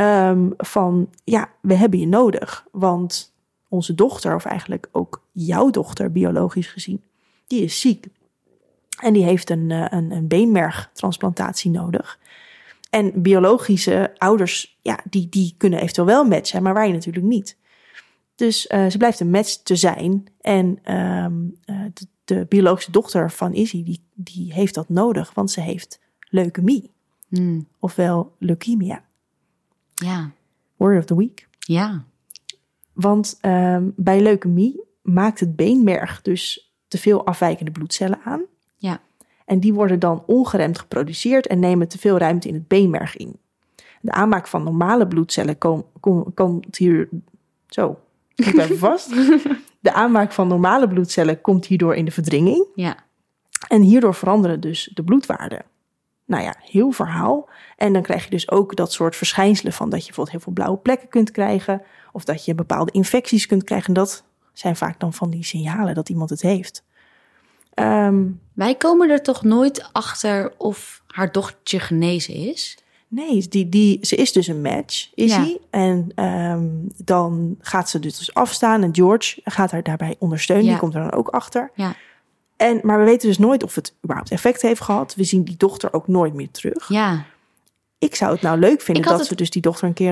We hebben je nodig. Want onze dochter, of eigenlijk ook jouw dochter, biologisch gezien, die is ziek. En die heeft een beenmergtransplantatie nodig. En biologische ouders, die kunnen eventueel wel matchen, maar wij natuurlijk niet. Dus ze blijft een match te zijn. En de biologische dochter van Izzy, die heeft dat nodig, want ze heeft leukemie. Ofwel leukemia. Ja. Word of the week. Ja. Want bij leukemie maakt het beenmerg dus te veel afwijkende bloedcellen aan. Ja. En die worden dan ongeremd geproduceerd en nemen te veel ruimte in het beenmerg in. De aanmaak van normale bloedcellen komt hier... Zo, ik ben even vast. De aanmaak van normale bloedcellen komt hierdoor in de verdringing. Ja. En hierdoor veranderen dus de bloedwaarden. Nou ja, heel verhaal. En dan krijg je dus ook dat soort verschijnselen van dat je bijvoorbeeld heel veel blauwe plekken kunt krijgen. Of dat je bepaalde infecties kunt krijgen. En dat zijn vaak dan van die signalen dat iemand het heeft. Wij komen er toch nooit achter of haar dochtertje genezen is? Nee, ze is dus een match, Izzy. Ja. En dan gaat ze dus afstaan en George gaat haar daarbij ondersteunen. Ja. Die komt er dan ook achter. Ja. Maar we weten dus nooit of het überhaupt effect heeft gehad. We zien die dochter ook nooit meer terug. Ja. Ik zou het nou leuk vinden dat ze dus die dochter een keer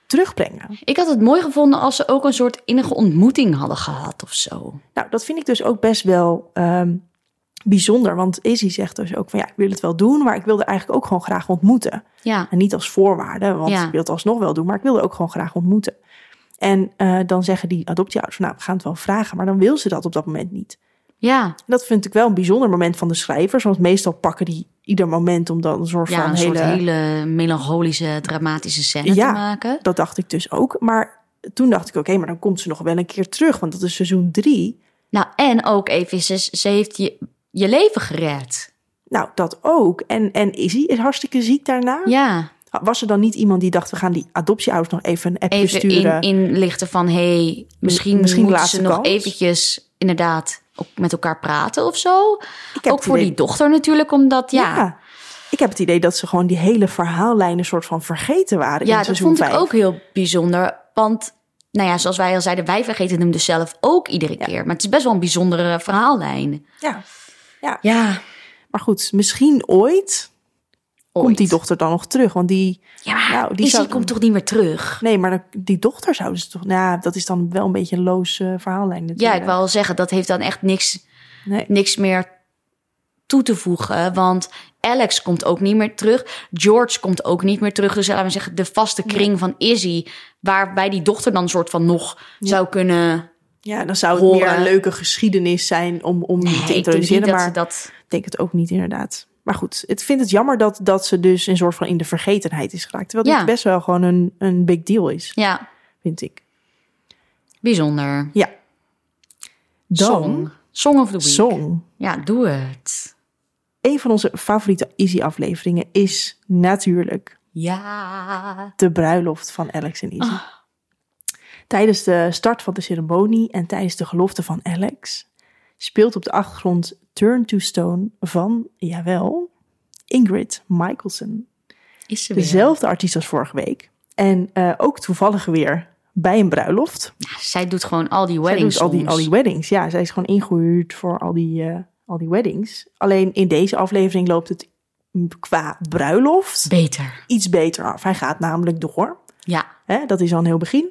terugbrengen. Ik had het mooi gevonden als ze ook een soort innige ontmoeting hadden gehad of zo. Nou, dat vind ik dus ook best wel bijzonder. Want Izzy zegt dus ook van ja, ik wil het wel doen, maar ik wil er eigenlijk ook gewoon graag ontmoeten. Ja. En niet als voorwaarde, want ik wil het alsnog wel doen, maar ik wil er ook gewoon graag ontmoeten. En dan zeggen die adoptieouders van nou, we gaan het wel vragen, maar dan wil ze dat op dat moment niet. Ja. En dat vind ik wel een bijzonder moment van de schrijvers, want meestal pakken die ieder moment om dan een soort van een soort hele melancholische, dramatische scène te maken. Dat dacht ik dus ook. Maar toen dacht ik, oké, maar dan komt ze nog wel een keer terug, want dat is seizoen 3. Nou, en ook even, ze heeft je leven gered. Nou, dat ook. En Izzy is hartstikke ziek daarna. Ja. Was er dan niet iemand die dacht, we gaan die adoptieouders nog even een appje sturen? Inlichten van, misschien moeten ze nog eventjes inderdaad ook met elkaar praten of zo. Ook voor die dochter natuurlijk, omdat ik heb het idee dat ze gewoon die hele verhaallijnen soort van vergeten waren in seizoen 5. Ja, dat vond ik ook heel bijzonder. Want, nou ja, zoals wij al zeiden, wij vergeten hem dus zelf ook iedere keer. Maar het is best wel een bijzondere verhaallijn. Ja. Maar goed, misschien ooit komt die dochter dan nog terug. Want die komt toch niet meer terug? Nee, maar die dochter zou ze toch... Nou, dat is dan wel een beetje een loos verhaallijn natuurlijk. Ja, ik wil zeggen, dat heeft dan echt niks meer toe te voegen. Want Alex komt ook niet meer terug. George komt ook niet meer terug. Dus laten we zeggen, de vaste kring van Izzy, waarbij die dochter dan een soort van nog zou kunnen... Ja, dan zou het meer een leuke geschiedenis zijn om te introduceren. Maar ik denk het ook niet inderdaad. Maar goed, ik vind het jammer dat ze dus een soort van in de vergetenheid is geraakt. Terwijl dit best wel gewoon een big deal is. Ja. Vind ik. Bijzonder. Ja. Dan, Song of the Week. Song. Ja, doe het. Een van onze favoriete Izzy-afleveringen is natuurlijk... de bruiloft van Alex en Izzy. Tijdens de start van de ceremonie en tijdens de gelofte van Alex... speelt op de achtergrond Turn to Stone van, jawel, Ingrid Michaelson. Is ze weer? Dezelfde artiest als vorige week. En ook toevallig weer bij een bruiloft. Ja, zij doet gewoon al die weddings. Zij doet al die weddings, ja. Zij is gewoon ingehuurd voor al die weddings. Alleen in deze aflevering loopt het qua bruiloft... beter. Iets beter af. Hij gaat namelijk door. Ja. Dat is al een heel begin.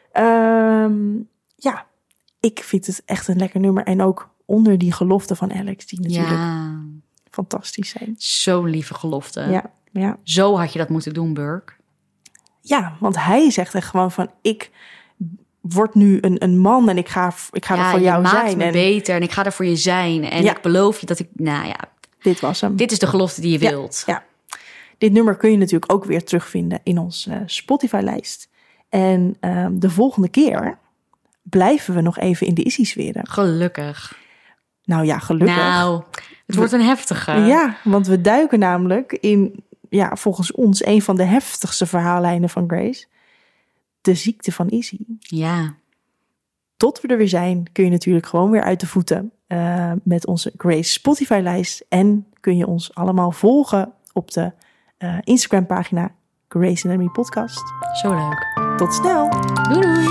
Ik vind het echt een lekker nummer. En ook onder die gelofte van Alex, die natuurlijk fantastisch zijn. Zo lieve gelofte. Ja. Zo had je dat moeten doen, Burke. Ja, want hij zegt echt gewoon van... ik word nu een man en ik ga er voor jou zijn. Ja, je maakt me beter en ik ga er voor je zijn. En ik beloof je dat ik... Nou ja, dit was hem. Dit is de gelofte die je wilt. Ja. Dit nummer kun je natuurlijk ook weer terugvinden in onze Spotify-lijst. En de volgende keer blijven we nog even in de Izzy-sferen. Gelukkig. Nou ja, gelukkig. Nou, het wordt een heftige. Ja, want we duiken namelijk in, volgens ons, een van de heftigste verhaallijnen van Grace. De ziekte van Izzy. Ja. Tot we er weer zijn, kun je natuurlijk gewoon weer uit de voeten met onze Grace Spotify-lijst. En kun je ons allemaal volgen op de Instagram-pagina Grace Anatomy Podcast. Zo leuk. Tot snel. Doei doei.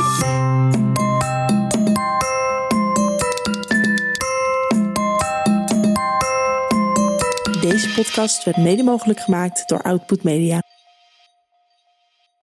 Deze podcast werd mede mogelijk gemaakt door Output Media.